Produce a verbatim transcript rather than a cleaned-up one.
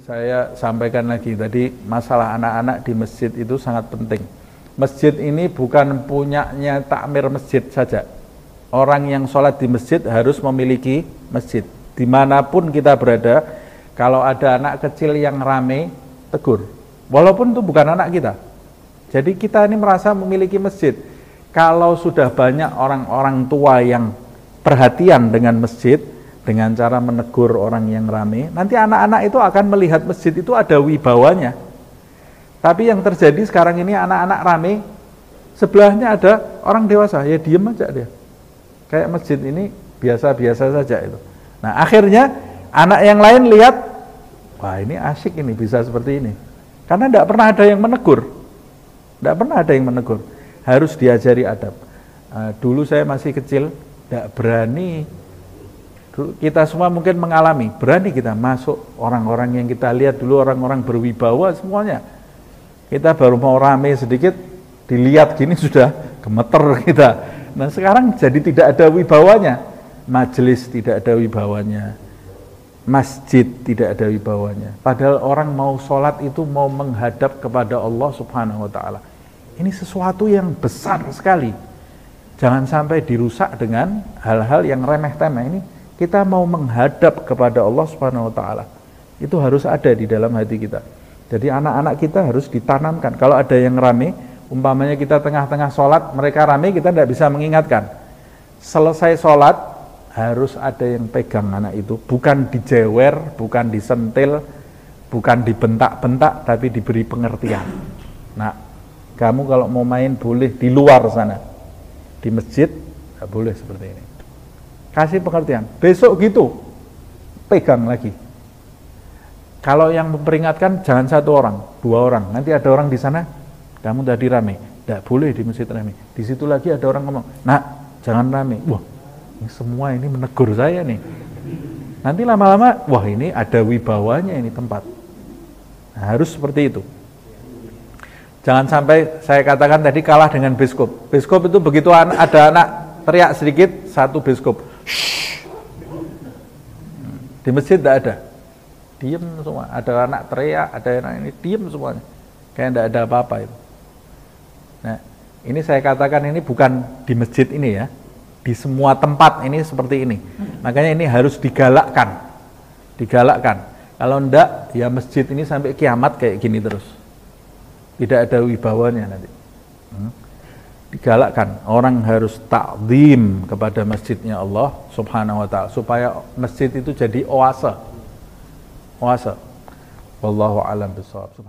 saya sampaikan lagi tadi, masalah anak-anak di masjid itu sangat penting. Masjid ini bukan punyanya takmir masjid saja. Orang yang sholat di masjid harus memiliki masjid. Dimanapun kita berada, kalau ada anak kecil yang rame, tegur. Walaupun itu bukan anak kita. Jadi kita ini merasa memiliki masjid. Kalau sudah banyak orang-orang tua yang perhatian dengan masjid, dengan cara menegur orang yang rame, nanti anak-anak itu akan melihat masjid itu ada wibawanya. Tapi yang terjadi sekarang ini anak-anak rame, sebelahnya ada orang dewasa, ya diem aja dia. Kayak masjid ini biasa-biasa saja itu. Nah akhirnya anak yang lain lihat, wah ini asyik ini, bisa seperti ini. Karena tidak pernah ada yang menegur. Tidak pernah ada yang menegur. Harus diajari adab. Uh, dulu saya masih kecil, tidak berani. Kita semua mungkin mengalami, berani kita masuk orang-orang yang kita lihat dulu orang-orang berwibawa semuanya. Kita baru mau rame sedikit, dilihat gini sudah gemeter kita. Nah sekarang jadi tidak ada wibawanya. Majelis tidak ada wibawanya. Masjid tidak ada wibawanya. Padahal orang mau sholat itu mau menghadap kepada Allah Subhanahu wa Ta'ala. Ini sesuatu yang besar sekali. Jangan sampai dirusak dengan hal-hal yang remeh-temeh. Ini kita mau menghadap kepada Allah Subhanahu wa Ta'ala. Itu harus ada di dalam hati kita. Jadi anak-anak kita harus ditanamkan. Kalau ada yang rame, umpamanya kita tengah-tengah sholat, mereka rame, kita tidak bisa mengingatkan. Selesai sholat, harus ada yang pegang anak itu. Bukan dijewer, bukan disentil, bukan dibentak-bentak, tapi diberi pengertian. Nah, kamu kalau mau main boleh di luar sana. Di masjid, tidak boleh seperti ini. Kasih pengertian. Besok gitu, pegang lagi. Kalau yang memperingatkan jangan satu orang, dua orang. Nanti ada orang di sana, kamu tadi rame. Tidak boleh di masjid rame. Di situ lagi ada orang ngomong, nak jangan rame. Wah, ini semua ini menegur saya nih. Nanti lama-lama, wah ini ada wibawanya ini tempat. Nah, harus seperti itu. Jangan sampai saya katakan tadi kalah dengan biskop. Biskop itu begitu ada anak teriak sedikit, satu biskop. Shhh. Di masjid tidak ada. Diam semua. Ada anak teriak, ada anak ini diam semuanya. Kayak tidak ada apa-apa itu. Nah, ini saya katakan ini bukan di masjid ini ya. Di semua tempat ini seperti ini. Makanya ini harus digalakkan. Digalakkan. Kalau enggak, ya masjid ini sampai kiamat kayak gini terus. Tidak ada wibawanya nanti. Hmm. Digalakkan. Orang harus ta'zim kepada masjidnya Allah Subhanahu wa Ta'ala. Supaya masjid itu jadi oase. Oase. Wallahu a'lam bishawab.